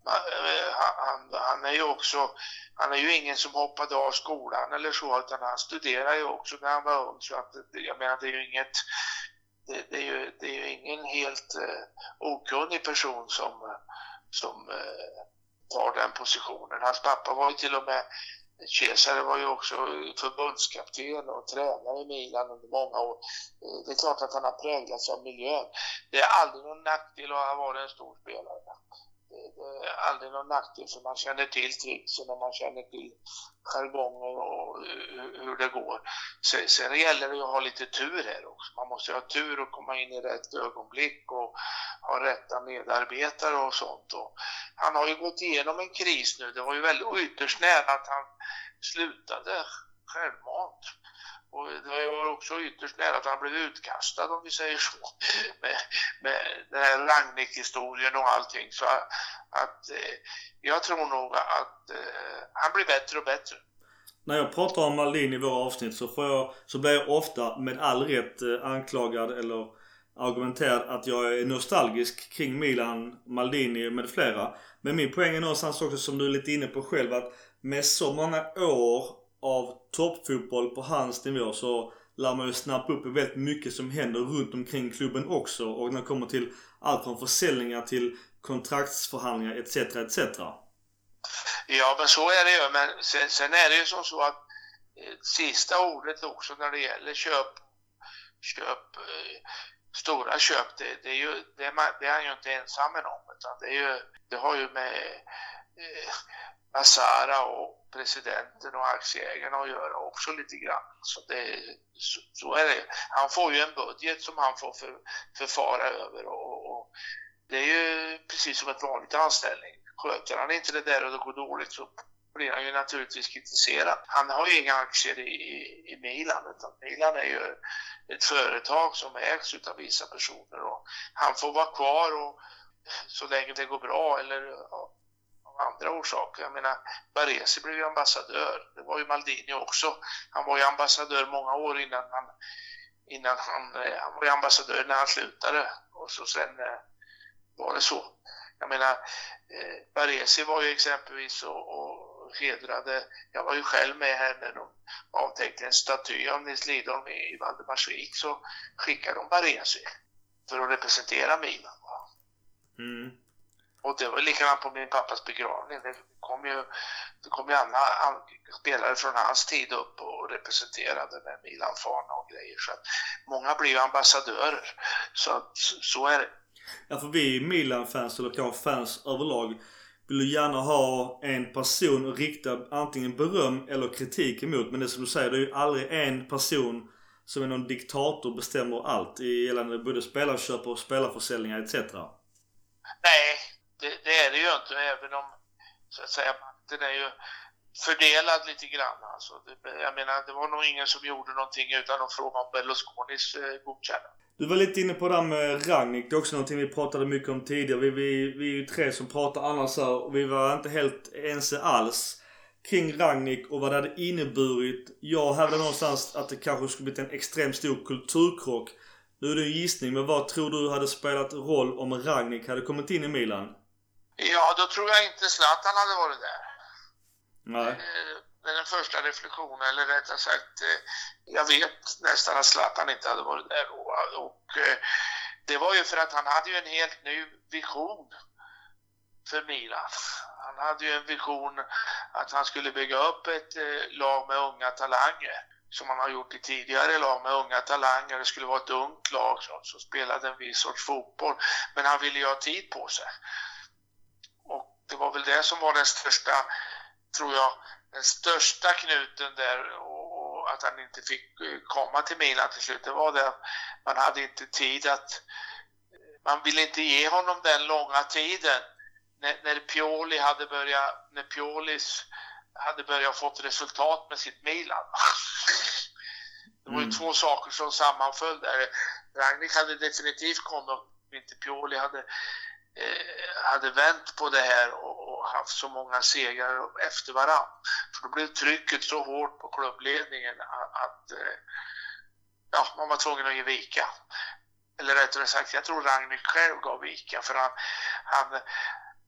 Han är ju också, han är ju ingen som hoppade av skolan eller så, utan han studerade ju också när han var ung, så att jag menar det är ju inget, det är ju ingen helt okunnig person som tar den positionen. Hans pappa var ju till och med, Cesare var ju också förbundskapten och tränare i Milan under många år. Det är klart att han har präglats av miljön. Det är aldrig någon nackdel att ha varit en stor spelare. Det är aldrig någon nackdel, för man känner till tricksen och man känner till jargongen och hur det går. Sen gäller det att ha lite tur här också. Man måste ha tur att komma in i rätt ögonblick och ha rätta medarbetare och sånt. Och han har ju gått igenom en kris nu. Det var ju väldigt ytterst nära att han slutade självmant. Och det var också ytterst nära att han blev utkastad, om vi säger så, med den här Rangnick-historien och allting. Så att jag tror nog att han blir bättre och bättre. När jag pratar om Maldini i våra avsnitt så blir jag ofta med all rätt anklagad eller argumenterad att jag är nostalgisk kring Milan, Maldini med flera. Men min poäng är någonstans också, som du är lite inne på själv, att med så många år av toppfotboll på hans nivå så lär man ju snappa upp väldigt mycket som händer runt omkring klubben också. Och när det kommer till allt från försäljningar till kontraktsförhandlingar etc. etc. Ja, men så är det ju. Men sen är det ju som så att sista ordet också när det gäller stora köp, det är han ju inte ensam om, utan det har ju med Massara och presidenten och aktieägarna att göra också lite grann. Så är det. Han får ju en budget som han får förfara över och det är ju precis som ett vanligt anställning. Sköter han inte det där och det går dåligt så blir han ju naturligtvis kritiserad. Han har ju inga aktier i Milan, utan Milan är ju ett företag som ägs utav vissa personer och han får vara kvar och så länge det går bra eller av andra orsaker. Jag menar, Baresi blev ju ambassadör. Det var ju Maldini också. Han var ju ambassadör många år innan han var ju ambassadör när han slutade. Och så sen var det så. Jag menar, Baresi var ju exempelvis och hedrade, jag var ju själv med här när de avtäckte en staty av Nils Lidholm i Valdemarsvik, så skickade de Baresi för att representera Milan. Mm. Och det var likadant på min pappas begravning. Det kom ju andra spelare från hans tid upp och representerade med Milan-fana och grejer. Så att många blir ju ambassadörer. Så är det. Ja, för vi Milan-fans eller kanske fans överlag vill ju gärna ha en person och rikta antingen beröm eller kritik emot. Men det som du säger, det är ju aldrig en person som är någon diktator bestämmer allt i gällande både spelarköp och spelarförsäljningar etc. Nej, det är det ju inte, även om så att säga makten är ju fördelad lite grann. Alltså, jag menar, det var nog ingen som gjorde någonting utan att fråga om Berlusconis godkännande. Du var lite inne på det med Rangnick. Det är också någonting vi pratade mycket om tidigare. Vi är ju tre som pratar annars här och vi var inte helt ense alls kring Rangnick och vad det hade inneburit. Jag hävdade någonstans att det kanske skulle blivit en extremt stor kulturkrock. Nu är det en gissning, men vad tror du hade spelat roll om Rangnick hade kommit in i Milan? Ja, då tror jag inte Zlatan hade varit där. Nej. Det är den första reflektionen, eller rättare sagt, jag vet nästan att Zlatan inte hade varit där då. Och det var ju för att han hade ju en helt ny vision för Milan. Han hade ju en vision att han skulle bygga upp ett lag med unga talanger, som man har gjort i tidigare lag med unga talanger. Det skulle vara ett ungt lag som spelade en viss sorts fotboll, men han ville ju ha tid på sig. Och det var väl det som var den största, tror jag, den största knuten där, och att han inte fick komma till Milan till slut. Det var det att man hade inte tid man ville inte ge honom den långa tiden när Piolis hade börjat fått resultat med sitt Milan. Det var ju två saker som sammanföll där. Rangnick hade definitivt kommit om inte Pioli hade vänt på det här och haft så många segrar efter varann. För då blev trycket så hårt på klubbledningen att man var tvungen att ge vika. Eller rättare sagt, jag tror Rangnick själv gav vika, för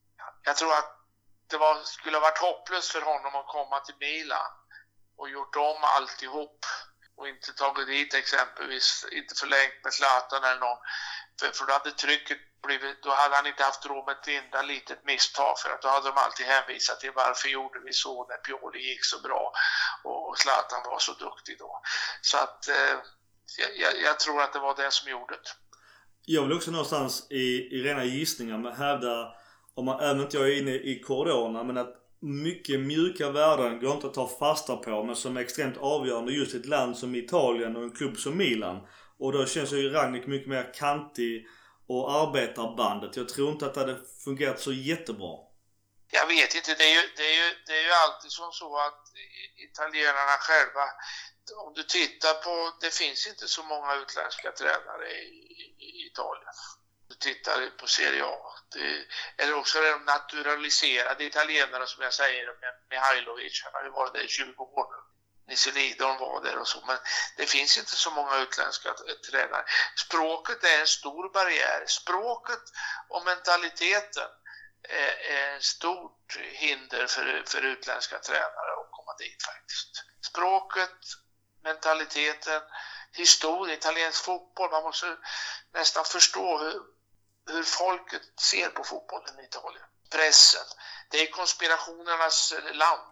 jag tror att det skulle ha varit hopplöst för honom att komma till Milan och gjort om alltihop och inte tagit dit exempelvis, inte förlängt med Zlatan eller någon. För då hade trycket blivit, då hade han inte haft råd med ett enda litet misstag, för att då hade de alltid hänvisat till varför gjorde vi så när Pioli gick så bra och Zlatan var så duktig då. Så att jag tror att det var det som gjorde det. Jag vill också någonstans i rena gissningar med hävda, även inte jag är inne i korridorerna, men att mycket mjuka värden går inte att ta fasta på, men som är extremt avgörande just i ett land som Italien och en klubb som Milan. Och då känns ju Rangnick mycket mer kantig och arbetarbandet. Jag tror inte att det hade fungerat så jättebra. Jag vet inte, det är ju alltid som så att italienarna själva, om du tittar på, det finns inte så många utländska tränare i Italien. Du tittar på Serie A. Eller också är de naturaliserade italienare, som jag säger, med Mihailovic. Han har ju varit där i 20 år nu. Nicelidon var där och så, men det finns inte så många utländska tränare. Språket är en stor barriär. Språket och mentaliteten är ett stort hinder för utländska tränare att komma dit faktiskt. Språket, mentaliteten, historia, italiensk fotboll. Man måste nästan förstå hur folket ser på fotbollen i Italien. Pressen. Det är konspirationernas land.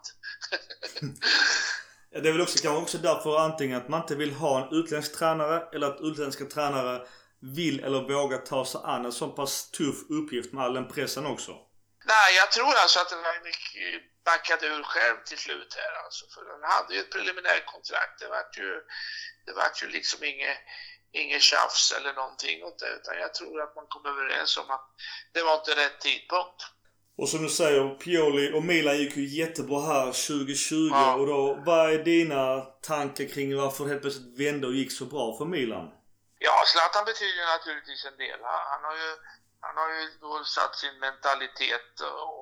Det är väl också, kanske också därför antingen att man inte vill ha en utländsk tränare, eller att utländska tränare vill eller vågar ta sig an en så pass tuff uppgift med all den pressen också. Nej, jag tror alltså att Rangnick backade ur själv till slut här alltså, för han hade ju ett preliminärt kontrakt. Det var ju liksom inget tjafs eller någonting åt det, utan jag tror att man kom överens om att det var inte rätt tidpunkt. Och som du säger, Pioli och Milan gick ju jättebra här 2020. Ja. Och då, vad är dina tankar kring varför det helt plötsligt vände och gick så bra för Milan? Ja, Zlatan betyder naturligtvis en del. Han har ju då satt sin mentalitet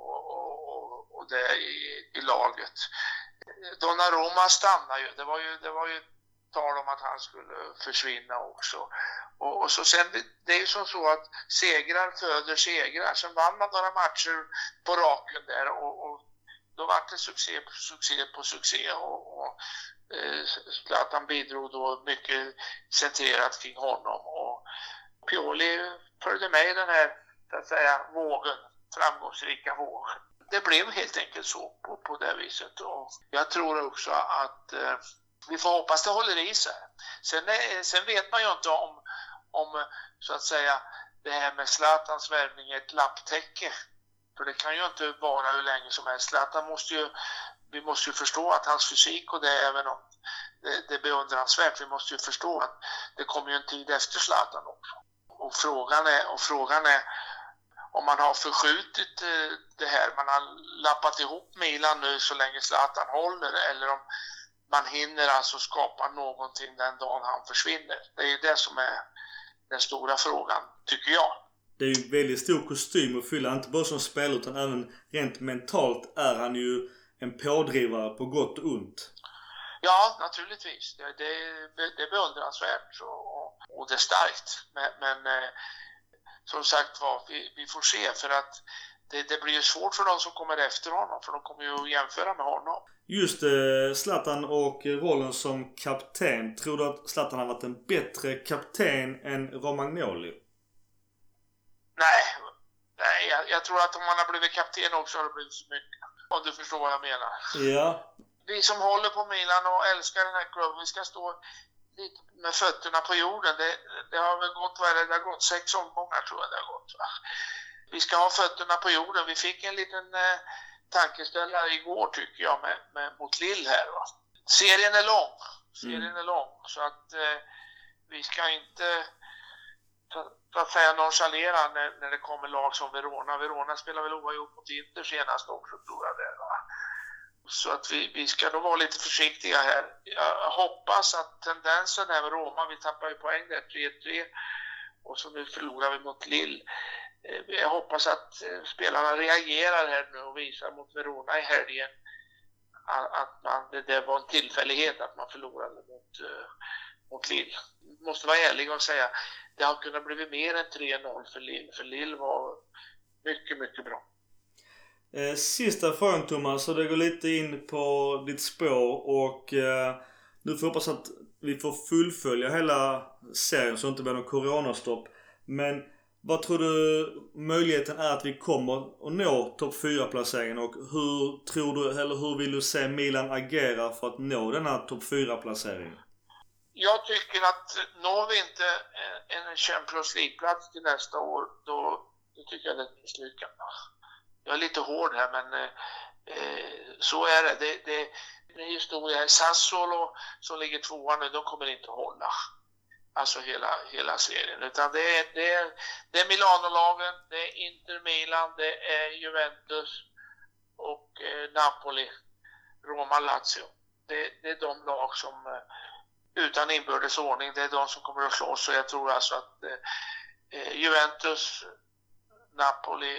och det i laget. Donnarumma stannar ju. Det var ju tal om att han skulle försvinna också. Och så sen, det är ju så att segrar föder segrar. Sen vann man några matcher på raken där och då var det succé på succé och Zlatan bidrog då mycket centrerat kring honom, och Pioli följde med i den här, så att säga, vågen, framgångsrika vågen. Det blev helt enkelt så på det viset, och jag tror också att vi får hoppas det håller i sig. Sen vet man ju inte om så att säga det här med Zlatans värvning är ett lapptäcke. För det kan ju inte vara hur länge som helst. Zlatan vi måste ju förstå att hans fysik, och det även om det är beundransvärt, vi måste ju förstå att det kommer ju en tid efter Zlatan också. Och frågan är om man har förskjutit det här, man har lappat ihop Milan nu så länge Zlatan håller, eller om man hinner alltså skapa någonting den dagen han försvinner. Det är ju det som är den stora frågan, tycker jag. Det är ju en väldigt stor kostym att fylla, inte bara som spelare utan även rent mentalt är han ju en pådrivare på gott och ont. Ja, naturligtvis. Det är beundransvärt och det är starkt. Men som sagt vi får se, för att det blir ju svårt för de som kommer efter honom, för de kommer ju att jämföra med honom. Just Zlatan och rollen som kapten. Tror du att Zlatan har varit en bättre kapten än Romagnoli? Nej, jag tror att om man har blivit kapten också har det blivit så mycket. Om du förstår vad jag menar. Ja. Vi som håller på Milan och älskar den här klubben, vi ska stå lite med fötterna på jorden. Det har väl gått, det har gått 6 omgångar tror jag det har gått. Va? Vi ska ha fötterna på jorden. Vi fick en liten tankeställare igår tycker jag mot Lille här. Va? Serien är lång. Så att vi ska inte så att säga nonchalera när det kommer lag som Verona. Verona spelar väl oavgjort mot Inter senast också tror jag det. Va? Så att vi ska då vara lite försiktiga här. Jag hoppas att tendensen är med Roma, vi tappar ju poäng där 3-3 och så nu förlorar vi mot Lille. Jag hoppas att spelarna reagerar här nu och visar mot Verona i helgen att det var en tillfällighet att man förlorade mot Lille. Måste vara ärlig och säga det har kunnat bli mer än 3-0 för Lille var mycket, mycket bra. Sista frågan Thomas, så det går lite in på ditt spår och nu får jag hoppas att vi får fullfölja hela serien så det inte blir någon coronastopp. Men vad tror du möjligheten är att vi kommer att nå topp 4-placeringen och hur tror du, eller hur vill du se Milan agera för att nå denna topp 4-placering? Jag tycker att når vi inte en Champions League-plats till nästa år, då tycker jag det är ett misslyckande. Jag är lite hård här, men så är det. Det är historia. Sassuolo som ligger tvåa nu, de kommer inte att hålla. Alltså hela serien. Utan det är Milano-lagen, det är Inter Milan, det är Juventus och Napoli, Roma, Lazio. Det är de lag som utan inbördes ordning, det är de som kommer att slåss. Så jag tror alltså att Juventus, Napoli,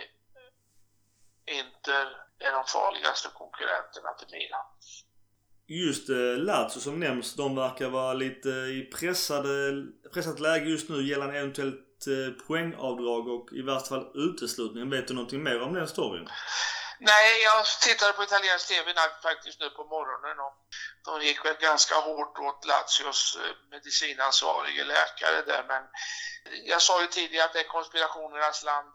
Inter är de farligaste konkurrenterna till Milan. Just Lazio som nämns, de verkar vara lite i pressat läge just nu gällande eventuellt poängavdrag och i värsta fall uteslutningen. Vet du någonting mer om den storyn? Nej, jag tittade på italiensk tv faktiskt nu på morgonen och de gick väl ganska hårt åt Lazios medicinansvarige läkare där, men jag sa ju tidigare att det är konspirationernas land.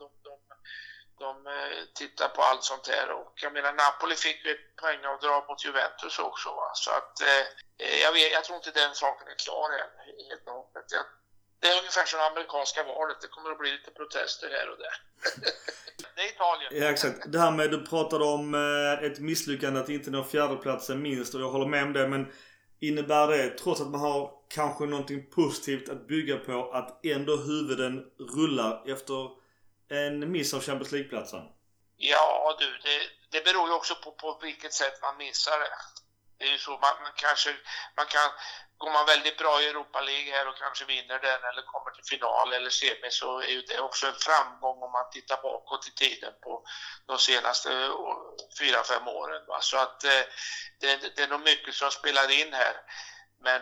De tittar på allt sånt här och jag menar Napoli fick ju ett poängavdrag mot Juventus också, va? Så att jag tror inte den saken är klar än helt och hållet. Det är ungefär som amerikanska valet, det kommer att bli lite protester här och där. Det är Italien. Ja, exakt. Det här med du pratade om ett misslyckande att inte nå fjärdeplatsen minst, och jag håller med om det, men innebär det, trots att man har kanske någonting positivt att bygga på, att ändå huvuden rullar efter en miss av Champions League-platsen? Ja du, det beror ju också på vilket sätt man missar det. Det är ju så, man kan går man väldigt bra i Europa League här och kanske vinner den eller kommer till final eller semi, så är ju det också en framgång om man tittar bakåt i tiden på de senaste 4-5 åren. Va? Så att det är nog mycket som spelar in här. Men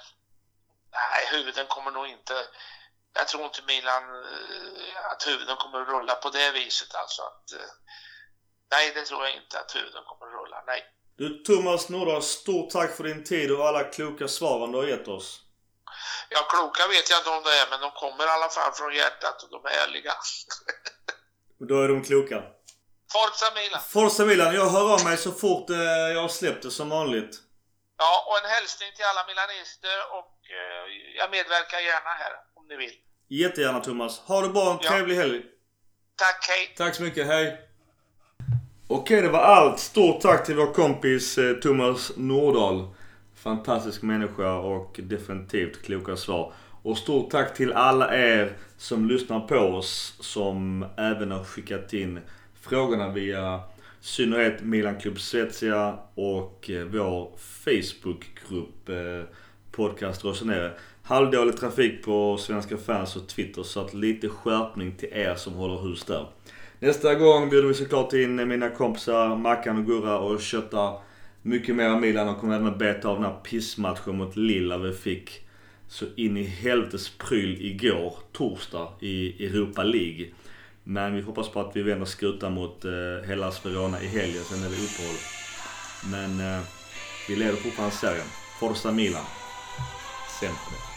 nej, huvuden kommer nog inte... Jag tror inte Milan att huvuden kommer att rulla på det viset. Alltså att, nej, det tror jag inte att huvuden kommer att rulla. Nej. Du Thomas Nordahl, stort tack för din tid och alla kloka svaren du har gett oss. Ja, kloka vet jag inte om det är, men de kommer i alla fall från hjärtat och de är ärliga. Då är de kloka. Forza Milan! Forza Milan, jag hör av mig så fort jag har släppt det som vanligt. Ja, och en hälsning till alla milanister och jag medverkar gärna här om ni vill. Jättegärna Thomas. Ha det bra, en trevlig helg. Tack, hej. Tack så mycket, hej. Okej, det var allt. Stort tack till vår kompis Thomas Nordahl. Fantastisk människa och definitivt kloka svar. Och stort tack till alla er som lyssnar på oss, som även har skickat in frågorna via synnerhet Milan Club Svezia och vår Facebookgrupp Podcast Rossoneri. Halvdålig trafik på svenska fans och Twitter, så att lite skärpning till er som håller hus där. Nästa gång bjuder vi såklart in mina kompisar Mackan och Gurra och köttar mycket mer av Milan och kommer även att beta av den här pissmatchen mot Lilla vi fick så in i helvetes pryl igår, torsdag, i Europa League. Men vi hoppas på att vi vänder skutan mot Hellas Verona i helgen, sen är det uppehåll. Men vi leder fortfarande serien. Forza Milan. Sempre.